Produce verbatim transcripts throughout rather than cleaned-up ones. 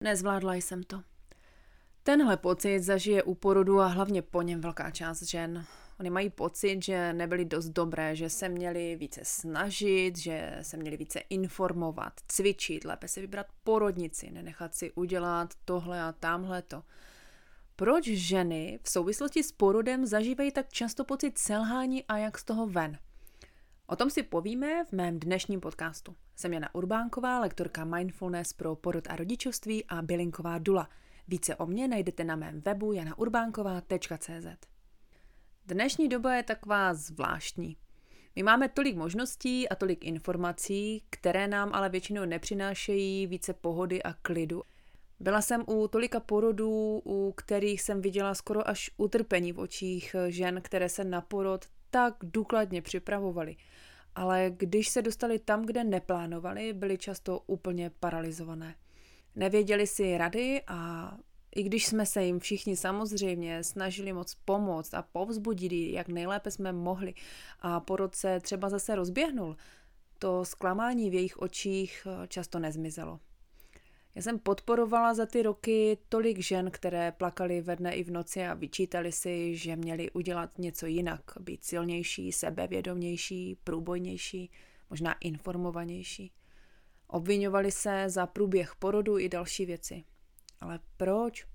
Nezvládla jsem to. Tenhle pocit zažije u porodu a hlavně po něm velká část žen. Oni mají pocit, že nebyly dost dobré, že se měli více snažit, že se měli více informovat, cvičit, lépe si vybrat porodnici, nenechat si udělat tohle a tamhleto. Proč ženy v souvislosti s porodem zažívají tak často pocit selhání a jak z toho ven? O tom si povíme v mém dnešním podcastu. Jsem Jana Urbánková, lektorka Mindfulness pro porod a rodičovství a bylinková dula. Více o mně najdete na mém webu jana urbánková tečka cé zet. Dnešní doba je taková zvláštní. My máme tolik možností a tolik informací, které nám ale většinou nepřinášejí více pohody a klidu. Byla jsem u tolika porodů, u kterých jsem viděla skoro až utrpení v očích žen, které se na porod tak důkladně připravovaly. Ale když se dostali tam, kde neplánovali, byly často úplně paralizované. Nevěděli si rady a i když jsme se jim všichni samozřejmě snažili moc pomoct a povzbudit, jak nejlépe jsme mohli a porod se třeba zase rozběhnul, to zklamání v jejich očích často nezmizelo. Já jsem podporovala za ty roky tolik žen, které plakaly ve dne i v noci a vyčítali si, že měli udělat něco jinak, být silnější, sebevědomější, průbojnější, možná informovanější. Obviňovali se za průběh porodu i další věci. Ale proč?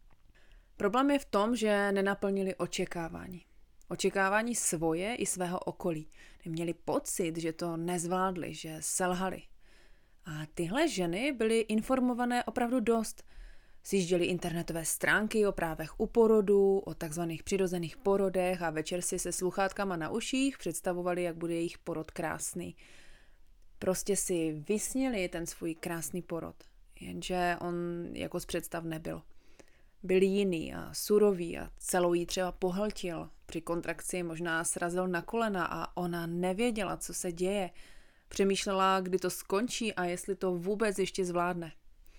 Problém je v tom, že nenaplnili očekávání. Očekávání svoje i svého okolí. Měli pocit, že to nezvládli, že selhali. A tyhle ženy byly informované opravdu dost. Sjížděli internetové stránky o právech u porodu, o takzvaných přirozených porodech a večer si se sluchátkama na uších představovali, jak bude jejich porod krásný. Prostě si vysnili ten svůj krásný porod, jenže on jako z představ nebyl. Byl jiný a surový a celou jí třeba pohltil. Při kontrakci možná srazil na kolena a ona nevěděla, co se děje. Přemýšlela, kdy to skončí a jestli to vůbec ještě zvládne.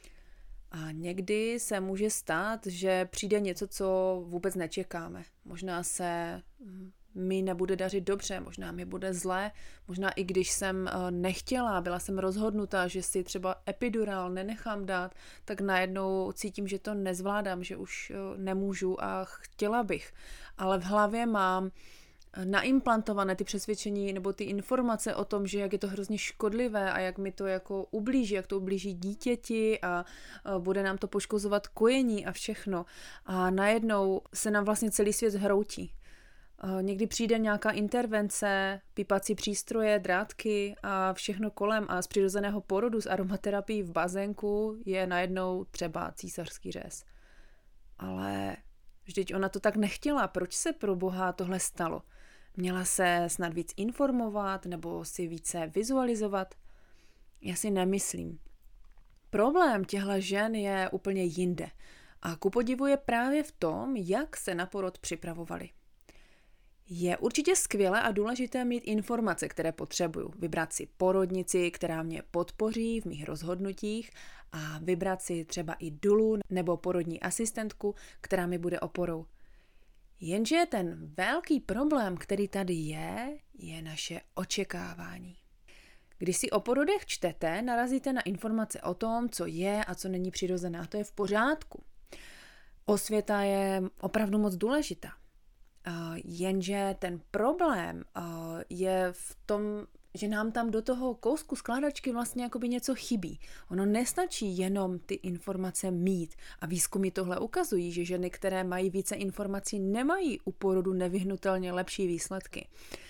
A někdy se může stát, že přijde něco, co vůbec nečekáme. Možná se mi nebude dařit dobře, možná mi bude zlé, možná i když jsem nechtěla, byla jsem rozhodnutá, že si třeba epidurál nenechám dát, tak najednou cítím, že to nezvládám, že už nemůžu a chtěla bych. Ale v hlavě mám naimplantované ty přesvědčení nebo ty informace o tom, že jak je to hrozně škodlivé a jak mi to jako ublíží, jak to ublíží dítěti a bude nám to poškozovat kojení a všechno. A najednou se nám vlastně celý svět hroutí. Někdy přijde nějaká intervence, pípací přístroje, drátky a všechno kolem a z přirozeného porodu s aromaterapií v bazénku je najednou třeba císařský řez. Ale vždyť ona to tak nechtěla, proč se pro Boha tohle stalo? Měla se snad víc informovat nebo si více vizualizovat? Já si nemyslím. Problém těchto žen je úplně jinde a ku podivu je právě v tom, jak se na porod připravovali. Je určitě skvělé a důležité mít informace, které potřebuju. Vybrat si porodnici, která mě podpoří v mých rozhodnutích a vybrat si třeba i dulu nebo porodní asistentku, která mi bude oporou. Jenže ten velký problém, který tady je, je naše očekávání. Když si o porodech čtete, narazíte na informace o tom, co je a co není přirozené. A to je v pořádku. Osvěta je opravdu moc důležitá. Uh, jenže ten problém uh, je v tom, že nám tam do toho kousku skládačky vlastně jakoby něco chybí. Ono nestačí jenom ty informace mít a výzkumy tohle ukazují, že ženy, které mají více informací, nemají u porodu nevyhnutelně lepší výsledky.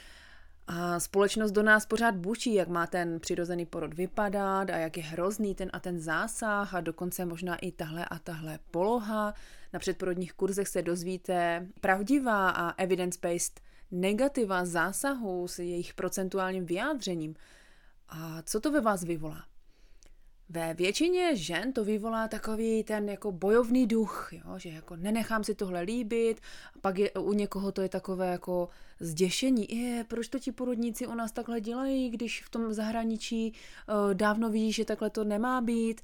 A společnost do nás pořád bučí, jak má ten přirozený porod vypadat a jak je hrozný ten a ten zásah a dokonce možná i tahle a tahle poloha. Na předporodních kurzech se dozvíte pravdivá a evidence-based negativa zásahu s jejich procentuálním vyjádřením. A co to ve vás vyvolá? Ve většině žen to vyvolá takový ten jako bojovný duch, jo? Že jako nenechám si tohle líbit, a pak je, u někoho to je takové jako zděšení. Je, proč to ti porodníci u nás takhle dělají, když v tom zahraničí uh, dávno ví, že takhle to nemá být.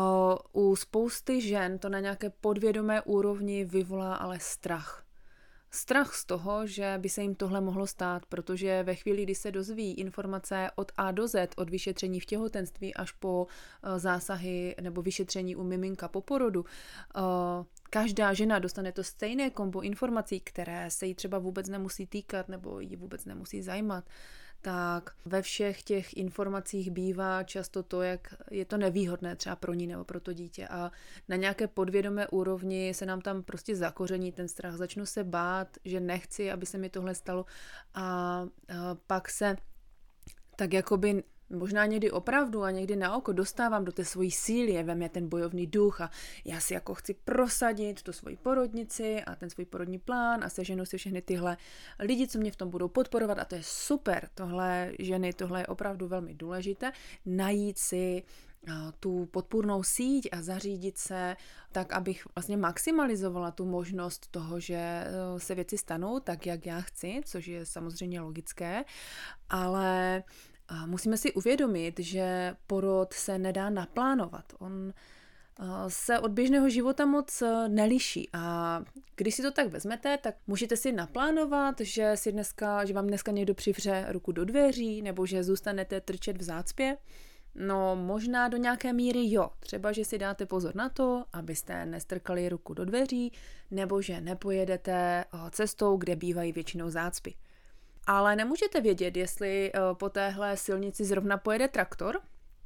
Uh, u spousty žen to na nějaké podvědomé úrovni vyvolá ale strach. strach z toho, že by se jim tohle mohlo stát, protože ve chvíli, kdy se dozví informace od A do Z, od vyšetření v těhotenství až po zásahy nebo vyšetření u miminka po porodu, každá žena dostane to stejné kombo informací, které se jí třeba vůbec nemusí týkat nebo ji vůbec nemusí zajímat, tak ve všech těch informacích bývá často to, jak je to nevýhodné třeba pro ní nebo pro to dítě a na nějaké podvědomé úrovni se nám tam prostě zakoření ten strach. Začnu se bát, že nechci, aby se mi tohle stalo a, a pak se tak jakoby možná někdy opravdu a někdy na oko dostávám do té svojí síly, ve mně ten bojovný duch a já si jako chci prosadit tu svoji porodnici a ten svůj porodní plán a seženu si všechny tyhle lidi, co mě v tom budou podporovat a to je super, tohle ženy, tohle je opravdu velmi důležité, najít si tu podpůrnou síť a zařídit se tak, abych vlastně maximalizovala tu možnost toho, že se věci stanou tak, jak já chci, což je samozřejmě logické, ale a musíme si uvědomit, že porod se nedá naplánovat. On se od běžného života moc neliší a když si to tak vezmete, tak můžete si naplánovat, že, si dneska, že vám dneska někdo přivře ruku do dveří nebo že zůstanete trčet v zácpě. No možná do nějaké míry jo. Třeba, že si dáte pozor na to, abyste nestrkali ruku do dveří nebo že nepojedete cestou, kde bývají většinou zácpy. Ale nemůžete vědět, jestli po téhle silnici zrovna pojede traktor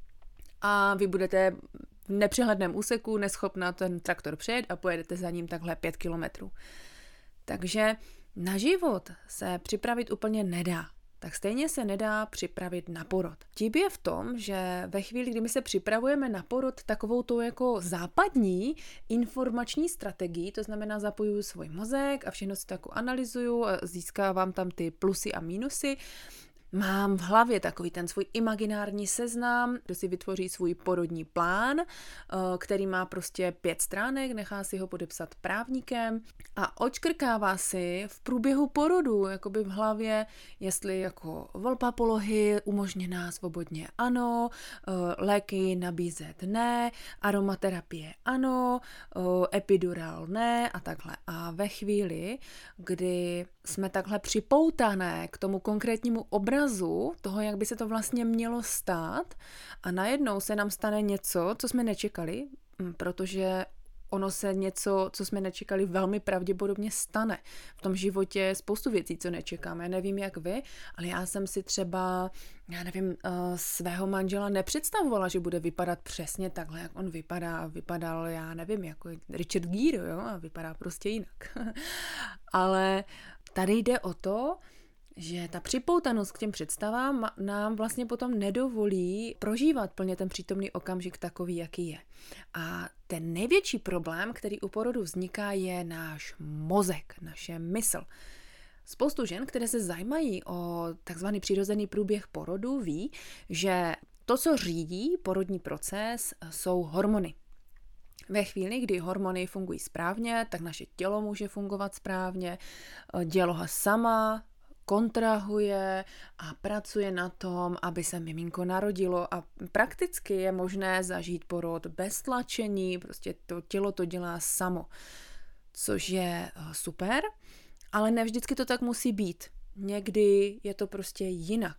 a vy budete v nepřehledném úseku neschopná ten traktor přejet a pojedete za ním takhle pět kilometrů. Takže na život se připravit úplně nedá. Tak stejně se nedá připravit na porod. Vtip je v tom, že ve chvíli, kdy my se připravujeme na porod takovou tou jako západní informační strategii, to znamená zapojuju svůj mozek a všechno si to jako analyzuju a získávám tam ty plusy a mínusy, mám v hlavě takový ten svůj imaginární seznam, kdo si vytvoří svůj porodní plán, který má prostě pět stránek, nechá si ho podepsat právníkem a odškrkává si v průběhu porodu, jakoby v hlavě, jestli jako volba polohy umožněná svobodně ano, léky nabízet ne, aromaterapie ano, epidural ne a takhle. A ve chvíli, kdy jsme takhle připoutané k tomu konkrétnímu obrazu toho, jak by se to vlastně mělo stát a najednou se nám stane něco, co jsme nečekali, protože ono se něco, co jsme nečekali, velmi pravděpodobně stane. V tom životě je spoustu věcí, co nečekáme. Já nevím, jak vy, ale já jsem si třeba, já nevím, svého manžela nepředstavovala, že bude vypadat přesně takhle, jak on vypadá. Vypadal, já nevím, jako Richard Gere, jo, a vypadá prostě jinak. Ale tady jde o to, že ta připoutanost k těm představám nám vlastně potom nedovolí prožívat plně ten přítomný okamžik takový, jaký je. A ten největší problém, který u porodu vzniká, je náš mozek, naše mysl. Spoustu žen, které se zajímají o takzvaný přirozený průběh porodu, ví, že to, co řídí porodní proces, jsou hormony. Ve chvíli, kdy hormony fungují správně, tak naše tělo může fungovat správně, děloha sama kontrahuje a pracuje na tom, aby se miminko narodilo a prakticky je možné zažít porod bez tlačení, prostě to tělo to dělá samo, což je super, ale ne vždycky to tak musí být. Někdy je to prostě jinak.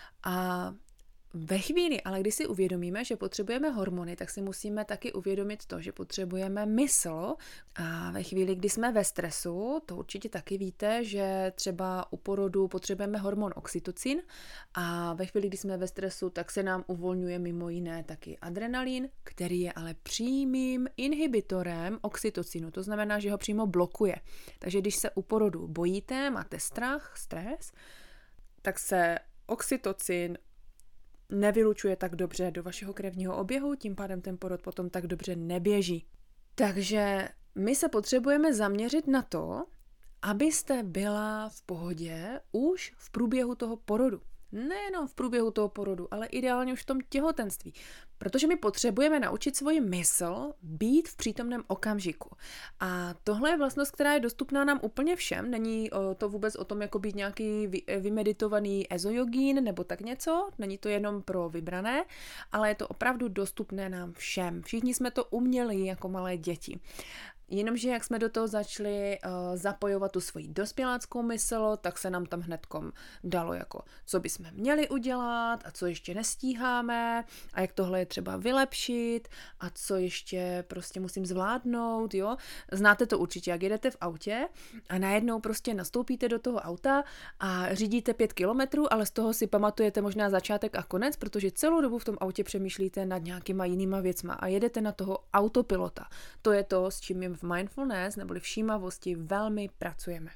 A ve chvíli, ale když si uvědomíme, že potřebujeme hormony, tak si musíme taky uvědomit to, že potřebujeme mysl a ve chvíli, kdy jsme ve stresu, to určitě taky víte, že třeba u porodu potřebujeme hormon oxytocin a ve chvíli, kdy jsme ve stresu, tak se nám uvolňuje mimo jiné taky adrenalin, který je ale přímým inhibitorem oxytocinu, to znamená, že ho přímo blokuje. Takže když se u porodu bojíte, máte strach, stres, tak se oxytocin nevylučuje tak dobře do vašeho krevního oběhu, tím pádem ten porod potom tak dobře neběží. Takže my se potřebujeme zaměřit na to, abyste byla v pohodě už v průběhu toho porodu. Nejenom v průběhu toho porodu, ale ideálně už v tom těhotenství. Protože my potřebujeme naučit svoji mysl být v přítomném okamžiku. A tohle je vlastnost, která je dostupná nám úplně všem. Není to vůbec o tom, jako být nějaký vymeditovaný ezojogín nebo tak něco. Není to jenom pro vybrané, ale je to opravdu dostupné nám všem. Všichni jsme to uměli jako malé děti. Jenomže jak jsme do toho začali uh, zapojovat tu svoji dospěláckou mysl, tak se nám tam hnedkom dalo jako, co bychom měli udělat a co ještě nestíháme a jak tohle je třeba vylepšit a co ještě prostě musím zvládnout, jo. Znáte to určitě, jak jedete v autě a najednou prostě nastoupíte do toho auta a řídíte pět kilometrů, ale z toho si pamatujete možná začátek a konec, protože celou dobu v tom autě přemýšlíte nad nějakýma jinýma věcma a jedete na toho autopilota. To je to, s čím my v mindfulness neboli všímavosti velmi pracujeme.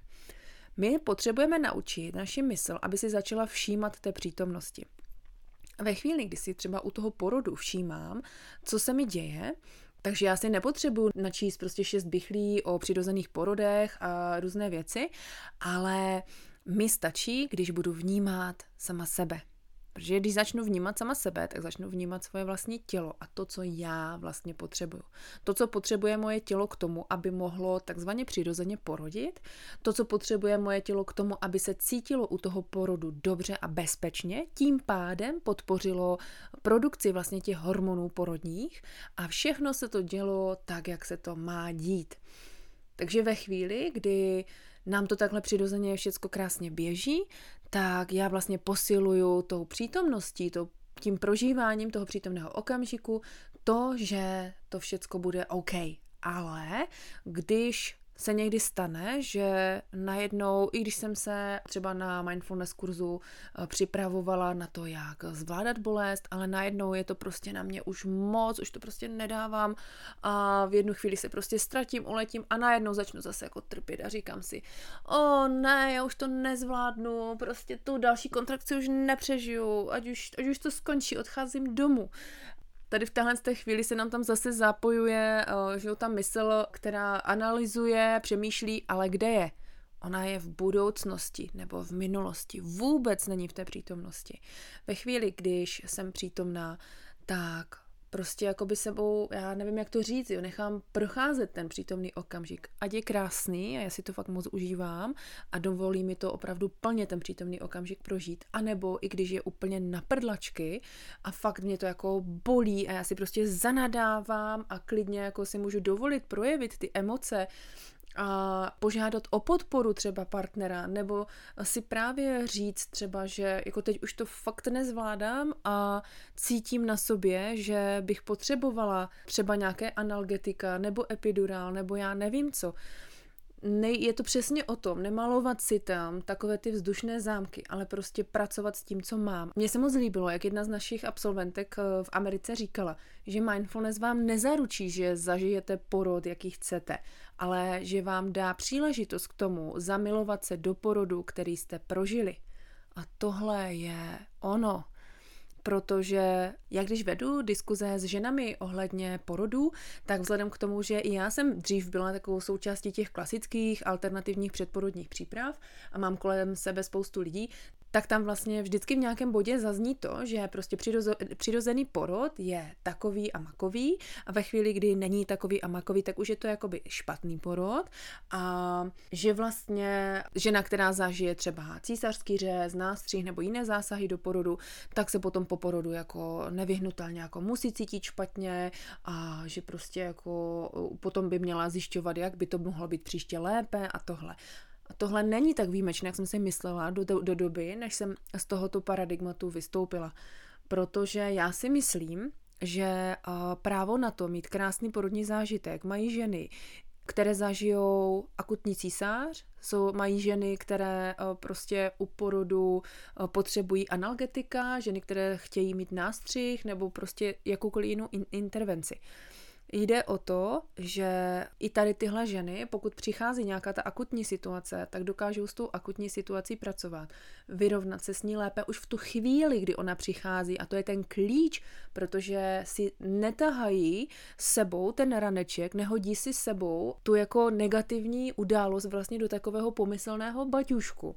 My potřebujeme naučit naši mysl, aby si začala všímat té přítomnosti. Ve chvíli, kdy si třeba u toho porodu všímám, co se mi děje, takže já si nepotřebuji načíst prostě šest bychlí o přirozených porodech a různé věci, ale mi stačí, když budu vnímat sama sebe. Protože když začnu vnímat sama sebe, tak začnu vnímat svoje vlastní tělo a to, co já vlastně potřebuju. To, co potřebuje moje tělo k tomu, aby mohlo takzvaně přirozeně porodit, to, co potřebuje moje tělo k tomu, aby se cítilo u toho porodu dobře a bezpečně, tím pádem podpořilo produkci vlastně těch hormonů porodních a všechno se to dělo tak, jak se to má dít. Takže ve chvíli, kdy nám to takhle přirozeně všecko krásně běží, tak já vlastně posiluju tou přítomností, tou, tím prožíváním toho přítomného okamžiku to, že to všecko bude OK. Ale když se někdy stane, že najednou, i když jsem se třeba na mindfulness kurzu připravovala na to, jak zvládat bolest, ale najednou je to prostě na mě už moc, už to prostě nedávám a v jednu chvíli se prostě ztratím, uletím a najednou začnu zase jako trpět a říkám si, o ne, já už to nezvládnu, prostě tu další kontrakci už nepřežiju, ať už, ať už to skončí, odcházím domů. Tady v téhle chvíli se nám tam zase zapojuje, že ta mysl, která analyzuje, přemýšlí, ale kde je? Ona je v budoucnosti nebo v minulosti. Vůbec není v té přítomnosti. Ve chvíli, když jsem přítomná, tak prostě jakoby sebou, já nevím, jak to říct, jo, nechám procházet ten přítomný okamžik. Ať je krásný a já si to fakt moc užívám a dovolí mi to opravdu plně ten přítomný okamžik prožít. A nebo i když je úplně na prdlačky a fakt mě to jako bolí a já si prostě zanadávám a klidně jako si můžu dovolit projevit ty emoce, a požádat o podporu třeba partnera, nebo si právě říct třeba, že jako teď už to fakt nezvládám a cítím na sobě, že bych potřebovala třeba nějaké analgetika, nebo epidurál, nebo já nevím co. Nej, je to přesně o tom, nemalovat si tam takové ty vzdušné zámky, ale prostě pracovat s tím, co mám. Mně se moc líbilo, jak jedna z našich absolventek v Americe říkala, že mindfulness vám nezaručí, že zažijete porod, jaký chcete, ale že vám dá příležitost k tomu zamilovat se do porodu, který jste prožili. A tohle je ono. Protože jak když vedu diskuze s ženami ohledně porodů, tak vzhledem k tomu, že i já jsem dřív byla takovou součástí těch klasických alternativních předporodních příprav a mám kolem sebe spoustu lidí, tak tam vlastně vždycky v nějakém bodě zazní to, že prostě přirozo, přirozený porod je takový a makový a ve chvíli, kdy není takový a makový, tak už je to jakoby špatný porod a že vlastně žena, která zažije třeba císařský řez, nástřih nebo jiné zásahy do porodu, tak se potom po porodu jako nevyhnutelně jako musí cítit špatně a že prostě jako potom by měla zjišťovat, jak by to mohlo být příště lépe a tohle. A tohle není tak výjimečné, jak jsem si myslela do, do, do doby, než jsem z tohoto paradigmatu vystoupila. Protože já si myslím, že uh, právo na to mít krásný porodní zážitek mají ženy, které zažijou akutní císař, jsou, mají ženy, které uh, prostě u porodu uh, potřebují analgetika, ženy, které chtějí mít nástřih nebo prostě jakoukoliv jinou in- intervenci. Jde o to, že i tady tyhle ženy, pokud přichází nějaká ta akutní situace, tak dokážou s tou akutní situací pracovat, vyrovnat se s ní lépe už v tu chvíli, kdy ona přichází a to je ten klíč, protože si netahají sebou ten raneček, nehodí si sebou tu jako negativní událost vlastně do takového pomyslného baťušku.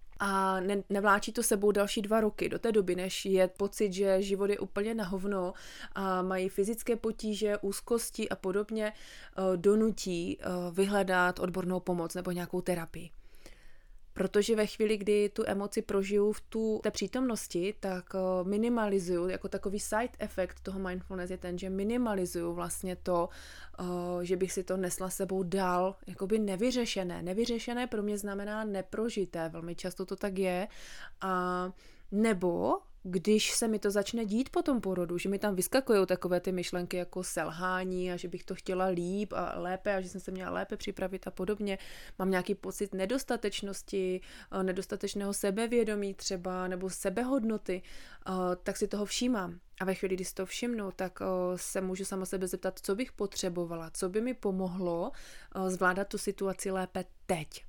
A ne, nevláčí to sebou další dva roky do té doby, než je pocit, že život je úplně na hovno a mají fyzické potíže, úzkosti a podobně, donutí vyhledat odbornou pomoc nebo nějakou terapii. Protože ve chvíli, kdy tu emoci prožiju v tu, té přítomnosti, tak uh, minimalizuju, jako takový side effect toho mindfulness je ten, že minimalizuju vlastně to, uh, že bych si to nesla sebou dál, jakoby nevyřešené. Nevyřešené pro mě znamená neprožité, velmi často to tak je. A nebo když se mi to začne dít po tom porodu, že mi tam vyskakují takové ty myšlenky jako selhání a že bych to chtěla líp a lépe a že jsem se měla lépe připravit a podobně. Mám nějaký pocit nedostatečnosti, nedostatečného sebevědomí třeba nebo sebehodnoty, tak si toho všímám. A ve chvíli, kdy si to všimnu, tak se můžu sama sebe zeptat, co bych potřebovala, co by mi pomohlo zvládat tu situaci lépe teď.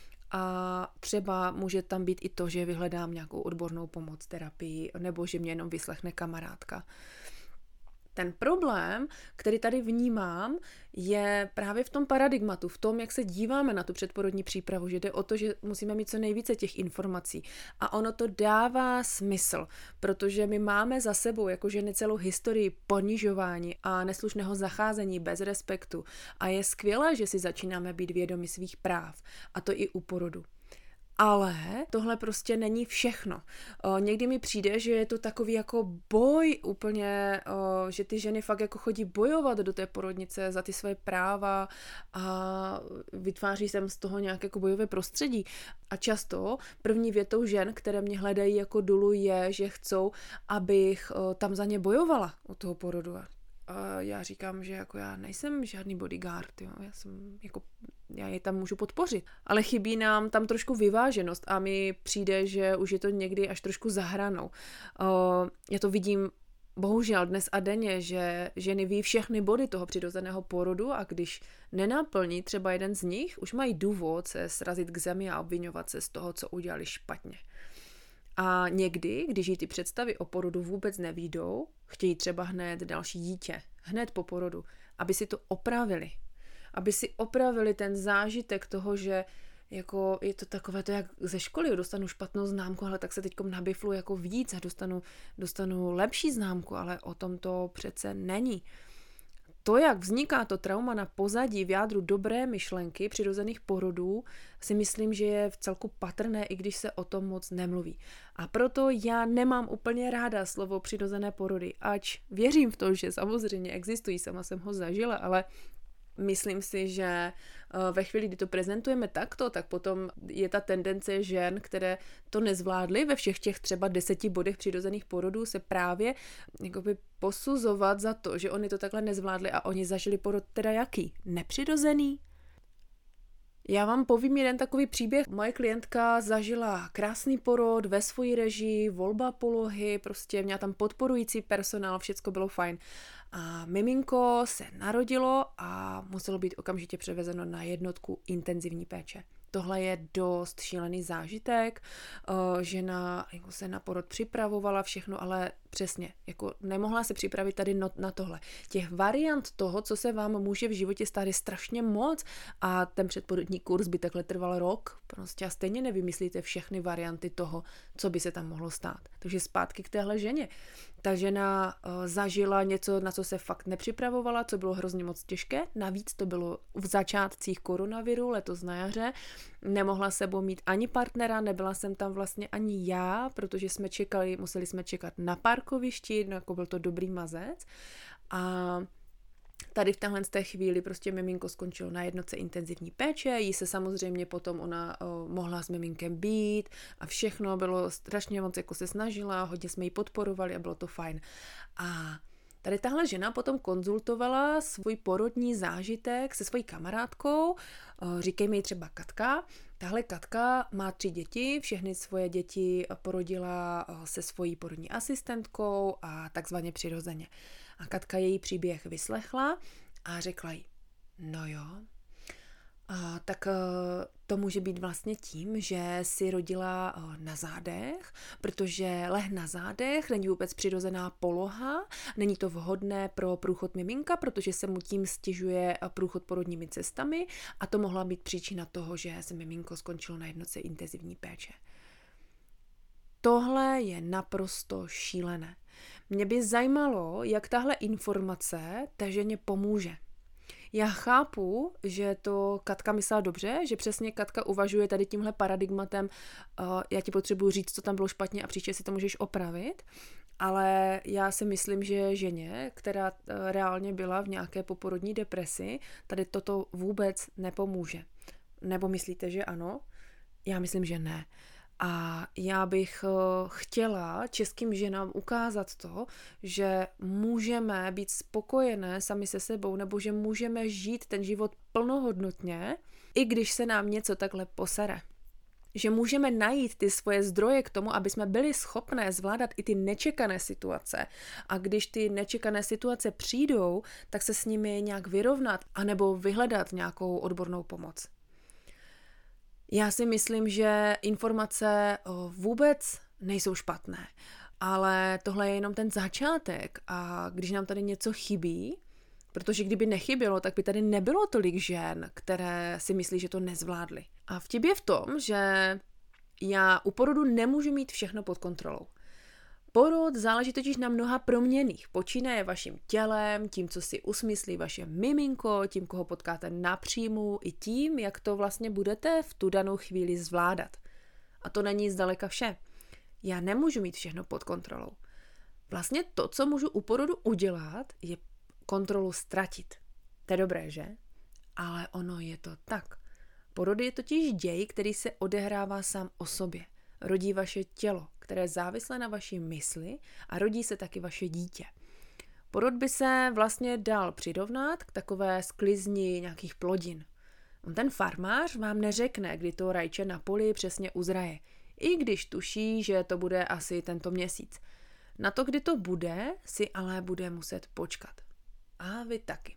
A třeba může tam být i to, že vyhledám nějakou odbornou pomoc, terapii, nebo že mě jenom vyslechne kamarádka. Ten problém, který tady vnímám, je právě v tom paradigmatu, v tom, jak se díváme na tu předporodní přípravu, že jde o to, že musíme mít co nejvíce těch informací. A ono to dává smysl, protože my máme za sebou jako ženy celou historii ponižování a neslušného zacházení bez respektu. A je skvělé, že si začínáme být vědomi svých práv. A to i u porodu. Ale tohle prostě není všechno. O, někdy mi přijde, že je to takový jako boj úplně, o, že ty ženy fakt jako chodí bojovat do té porodnice za ty své práva a vytváří sem z toho nějaké jako bojové prostředí. A často první větou žen, které mě hledají jako dulu, je, že chcou, abych o, tam za ně bojovala u toho porodu. A já říkám, že jako já nejsem žádný bodyguard, jo. Já jsem jako, já je tam můžu podpořit. Ale chybí nám tam trošku vyváženost a mi přijde, že už je to někdy až trošku za hranou. Uh, já to vidím bohužel dnes a denně, že ženy ví všechny body toho přirozeného porodu a když nenaplní třeba jeden z nich, už mají důvod se srazit k zemi a obvinovat se z toho, co udělali špatně. A někdy, když jí ty představy o porodu vůbec nevídou, chtějí třeba hned další dítě, hned po porodu, aby si to opravili. Aby si opravili ten zážitek toho, že jako je to takové to jak ze školy, dostanu špatnou známku, ale tak se teďkom nabiflu jako víc a dostanu, dostanu lepší známku, ale o tom to přece není. To, jak vzniká to trauma na pozadí v jádru dobré myšlenky přirozených porodů, si myslím, že je v celku patrné, i když se o tom moc nemluví. A proto já nemám úplně ráda slovo přirozené porody, ač věřím v to, že samozřejmě existují, sama jsem ho zažila, ale myslím si, že ve chvíli, kdy to prezentujeme takto, tak potom je ta tendence žen, které to nezvládly ve všech těch třeba deseti bodech přirozených porodů, se právě jakoby posuzovat za to, že oni to takhle nezvládli a oni zažili porod teda jaký? Nepřirozený? Já vám povím jeden takový příběh. Moje klientka zažila krásný porod ve své režii, volba polohy, prostě měla tam podporující personál, všecko bylo fajn. A miminko se narodilo a muselo být okamžitě převezeno na jednotku intenzivní péče. Tohle je dost šílený zážitek, žena jako se na porod připravovala všechno, ale přesně, jako nemohla se připravit tady na tohle. Těch variant toho, co se vám může v životě stát, je strašně moc a ten předporodní kurz by takhle trval rok, prostě a stejně nevymyslíte všechny varianty toho, co by se tam mohlo stát. Takže zpátky k téhle ženě. Ta žena uh, zažila něco, na co se fakt nepřipravovala, co bylo hrozně moc těžké. Navíc to bylo v začátcích koronaviru, letos na jaře. Nemohla sebou mít ani partnera, nebyla jsem tam vlastně ani já, protože jsme čekali, museli jsme čekat na parkovišti, no jako byl to dobrý mazec. A tady v téhle té chvíli prostě miminko skončilo na jednotce intenzivní péče, jí se samozřejmě potom ona o, mohla s miminkem být a všechno bylo strašně moc, jako se snažila, hodně jsme ji podporovali a bylo to fajn. A tady tahle žena potom konzultovala svůj porodní zážitek se svojí kamarádkou, o, říkej mi třeba Katka. Tahle Katka má tři děti, všechny svoje děti porodila se svojí porodní asistentkou a takzvaně přirozeně. A Katka její příběh vyslechla a řekla jí, no jo, a tak to může být vlastně tím, že si rodila na zádech, protože leh na zádech není vůbec přirozená poloha, není to vhodné pro průchod miminka, protože se mu tím stěžuje průchod porodními cestami a to mohla být příčina toho, že se miminko skončilo na jednotce intenzivní péče. Tohle je naprosto šílené. Mě by zajímalo, jak tahle informace té ženě pomůže. Já chápu, že to Katka myslela dobře, že přesně Katka uvažuje tady tímhle paradigmatem, uh, já ti potřebuji říct, co tam bylo špatně a příště si to můžeš opravit, ale já si myslím, že ženě, která uh, reálně byla v nějaké poporodní depresi, tady toto vůbec nepomůže. Nebo myslíte, že ano? Já myslím, že ne. A já bych chtěla českým ženám ukázat to, že můžeme být spokojené sami se sebou, nebo že můžeme žít ten život plnohodnotně, i když se nám něco takhle posere. Že můžeme najít ty svoje zdroje k tomu, aby jsme byli schopné zvládat i ty nečekané situace. A když ty nečekané situace přijdou, tak se s nimi nějak vyrovnat, anebo vyhledat nějakou odbornou pomoc. Já si myslím, že informace vůbec nejsou špatné, ale tohle je jenom ten začátek a když nám tady něco chybí, protože kdyby nechybělo, tak by tady nebylo tolik žen, které si myslí, že to nezvládly. A vtip je v tom, že já u porodu nemůžu mít všechno pod kontrolou. Porod záleží totiž na mnoha proměnných. Počínaje vaším tělem, tím, co si usmyslí vaše miminko, tím, koho potkáte na příjmu, i tím, jak to vlastně budete v tu danou chvíli zvládat. A to není zdaleka vše. Já nemůžu mít všechno pod kontrolou. Vlastně to, co můžu u porodu udělat, je kontrolu ztratit. To je dobré, že? Ale ono je to tak. Porod je totiž děj, který se odehrává sám o sobě. Rodí vaše tělo, které je závislé na vaší mysli a rodí se taky vaše dítě. Porod by se vlastně dal přirovnat k takové sklizni nějakých plodin. Ten farmář vám neřekne, kdy to rajče na poli přesně uzraje, i když tuší, že to bude asi tento měsíc. Na to, kdy to bude, si ale bude muset počkat. A vy taky.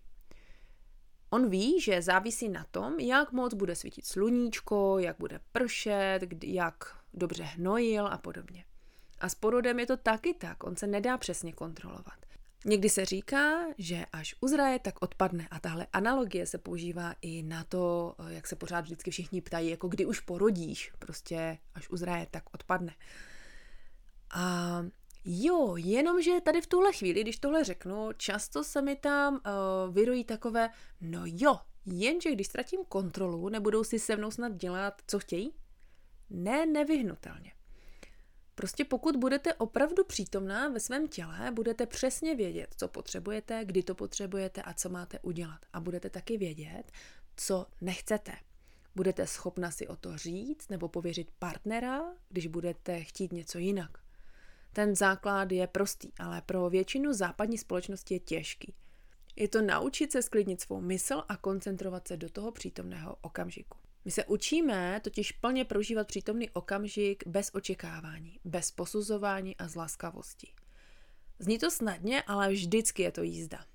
On ví, že závisí na tom, jak moc bude svítit sluníčko, jak bude pršet, jak dobře hnojil a podobně. A s porodem je to taky tak, on se nedá přesně kontrolovat. Někdy se říká, že až uzraje, tak odpadne. A tahle analogie se používá i na to, jak se pořád vždycky všichni ptají, jako kdy už porodíš, prostě až uzraje, tak odpadne. A jo, jenomže tady v tuhle chvíli, když tohle řeknu, často se mi tam uh, vyrojí takové, no jo, jenže když ztratím kontrolu, nebudou si se mnou snad dělat, co chtějí? Ne, nevyhnutelně. Prostě pokud budete opravdu přítomná ve svém těle, budete přesně vědět, co potřebujete, kdy to potřebujete a co máte udělat. A budete taky vědět, co nechcete. Budete schopna si o to říct nebo pověřit partnera, když budete chtít něco jinak. Ten základ je prostý, ale pro většinu západní společnosti je těžký. Je to naučit se sklidnit svou mysl a koncentrovat se do toho přítomného okamžiku. My se učíme totiž plně prožívat přítomný okamžik bez očekávání, bez posuzování a zlaskavosti. Zní to snadně, ale vždycky je to jízda.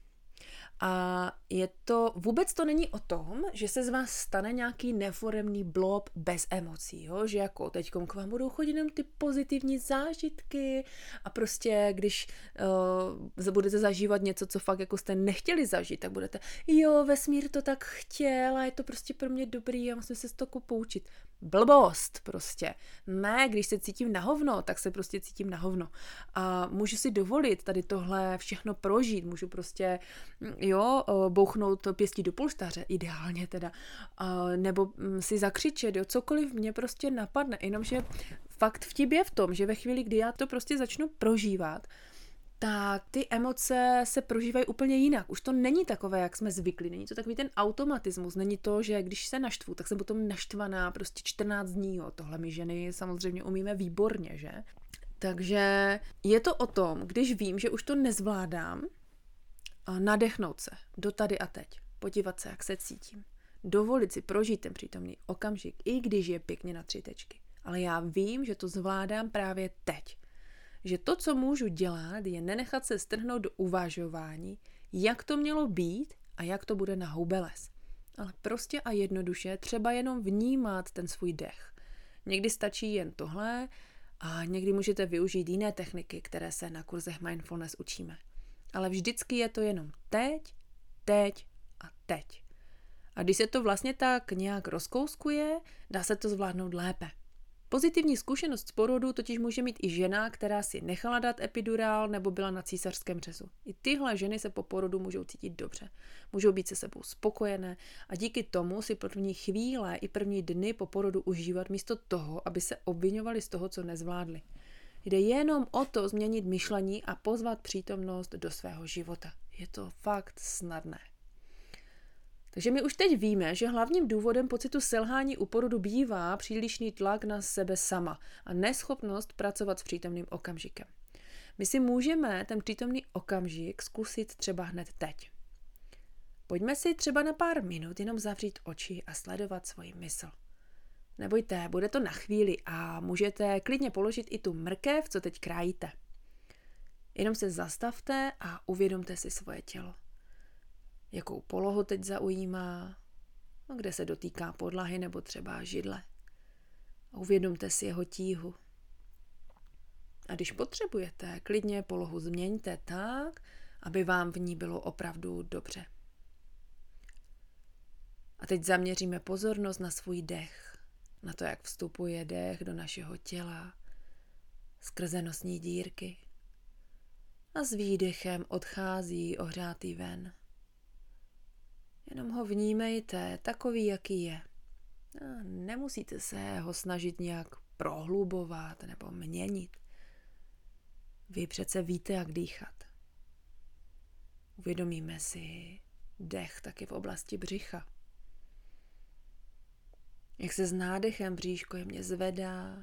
A je to, vůbec to není o tom, že se z vás stane nějaký neforemný blob bez emocí, jo? Že jako teďkom k vám budou chodit jenom ty pozitivní zážitky a prostě když uh, budete zažívat něco, co fakt jako jste nechtěli zažít, tak budete, jo, vesmír to tak chtěl a je to prostě pro mě dobrý a musím se z toho poučit. Blbost prostě. Ne, když se cítím na hovno, tak se prostě cítím na hovno. A můžu si dovolit tady tohle všechno prožít, můžu prostě, jo, bouchnout pěstí do polštáře, ideálně teda, nebo si zakřičet, jo, cokoliv mě prostě napadne, jenomže fakt vtip je v tom, že ve chvíli, kdy já to prostě začnu prožívat, tak ty emoce se prožívají úplně jinak. Už to není takové, jak jsme zvykli. Není to takový ten automatismus. Není to, že když se naštvu, tak jsem potom naštvaná prostě čtrnáct dní. Jo. Tohle my ženy samozřejmě umíme výborně, že? Takže je to o tom, když vím, že už to nezvládám, nadechnout se do tady a teď. Podívat se, jak se cítím. Dovolit si prožít ten přítomný okamžik, i když je pěkně na tři tečky. Ale já vím, že to zvládám právě teď. Že to, co můžu dělat, je nenechat se strhnout do uvažování, jak to mělo být a jak to bude na houbeles. Ale prostě a jednoduše třeba jenom vnímat ten svůj dech. Někdy stačí jen tohle a někdy můžete využít jiné techniky, které se na kurzech mindfulness učíme. Ale vždycky je to jenom teď, teď a teď. A když se to vlastně tak nějak rozkouskuje, dá se to zvládnout lépe. Pozitivní zkušenost z porodu totiž může mít i žena, která si nechala dát epidurál nebo byla na císařském řezu. I tyhle ženy se po porodu můžou cítit dobře. Můžou být se sebou spokojené a díky tomu si první chvíle i první dny po porodu užívat místo toho, aby se obviňovali z toho, co nezvládli. Jde jenom o to změnit myšlení a pozvat přítomnost do svého života. Je to fakt snadné. Takže my už teď víme, že hlavním důvodem pocitu selhání u porodu bývá přílišný tlak na sebe sama a neschopnost pracovat s přítomným okamžikem. My si můžeme ten přítomný okamžik zkusit třeba hned teď. Pojďme si třeba na pár minut jenom zavřít oči a sledovat svoji mysl. Nebojte, bude to na chvíli a můžete klidně položit i tu mrkev, co teď krájíte. Jenom se zastavte a uvědomte si svoje tělo. Jakou polohu teď zaujímá, no kde se dotýká podlahy nebo třeba židle. A uvědomte si jeho tíhu. A když potřebujete, klidně polohu změňte tak, aby vám v ní bylo opravdu dobře. A teď zaměříme pozornost na svůj dech, na to, jak vstupuje dech do našeho těla skrze nosní dírky a s výdechem odchází ohřátý ven. Jenom ho vnímejte takový, jaký je. A nemusíte se ho snažit nějak prohlubovat nebo měnit. Vy přece víte, jak dýchat. Uvědomíme si dech taky v oblasti břicha. Jak se s nádechem bříško jemně zvedá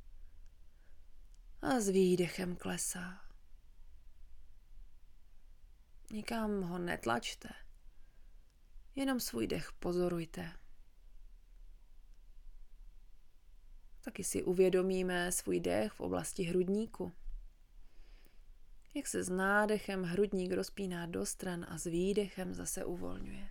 a s výdechem klesá. Nikam ho netlačte. Jenom svůj dech pozorujte. Taky si uvědomíme svůj dech v oblasti hrudníku. Jak se s nádechem hrudník rozpíná do stran a s výdechem zase uvolňuje.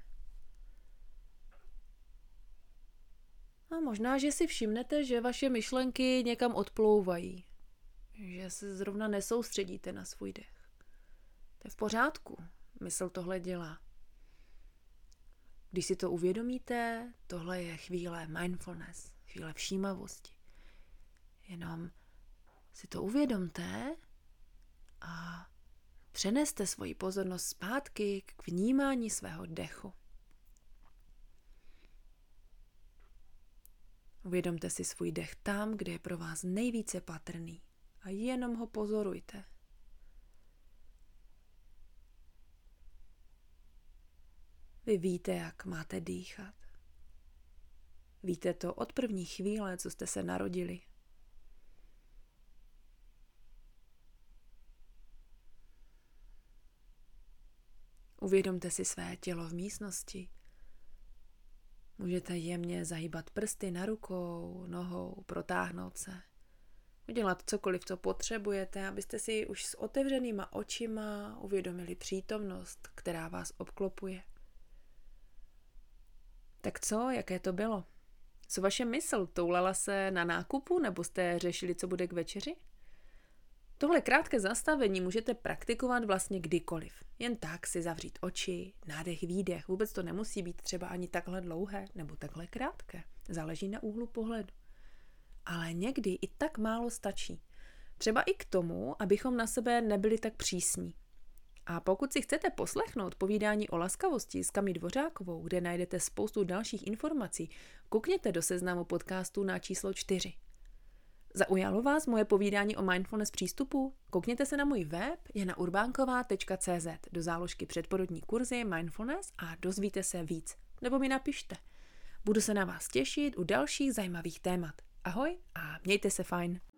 A možná, že si všimnete, že vaše myšlenky někam odplouvají. Že se zrovna nesoustředíte na svůj dech. To je v pořádku. Mysl tohle dělá. Když si to uvědomíte, tohle je chvíle mindfulness, chvíle všímavosti. Jenom si to uvědomte a přeneste svoji pozornost zpátky k vnímání svého dechu. Uvědomte si svůj dech tam, kde je pro vás nejvíce patrný a jenom ho pozorujte. Vy víte, jak máte dýchat. Víte to od první chvíle, co jste se narodili. Uvědomte si své tělo v místnosti. Můžete jemně zahýbat prsty na rukou, nohou, protáhnout se. Udělat cokoliv, co potřebujete, abyste si už s otevřenýma očima uvědomili přítomnost, která vás obklopuje. Tak co, jaké to bylo? Co vaše mysl? Toulala se na nákupu nebo jste řešili, co bude k večeři? Tohle krátké zastavení můžete praktikovat vlastně kdykoliv. Jen tak si zavřít oči, nádech, výdech. Vůbec to nemusí být třeba ani takhle dlouhé nebo takhle krátké. Záleží na úhlu pohledu. Ale někdy i tak málo stačí. Třeba i k tomu, abychom na sebe nebyli tak přísní. A pokud si chcete poslechnout povídání o laskavosti s Kami Dvořákovou, kde najdete spoustu dalších informací, koukněte do seznamu podcastů na číslo čtyři. Zaujalo vás moje povídání o mindfulness přístupu? Koukněte se na můj web jana urbánková tečka cé zet do záložky předporodní kurzy mindfulness a dozvíte se víc. Nebo mi napište. Budu se na vás těšit u dalších zajímavých témat. Ahoj a mějte se fajn.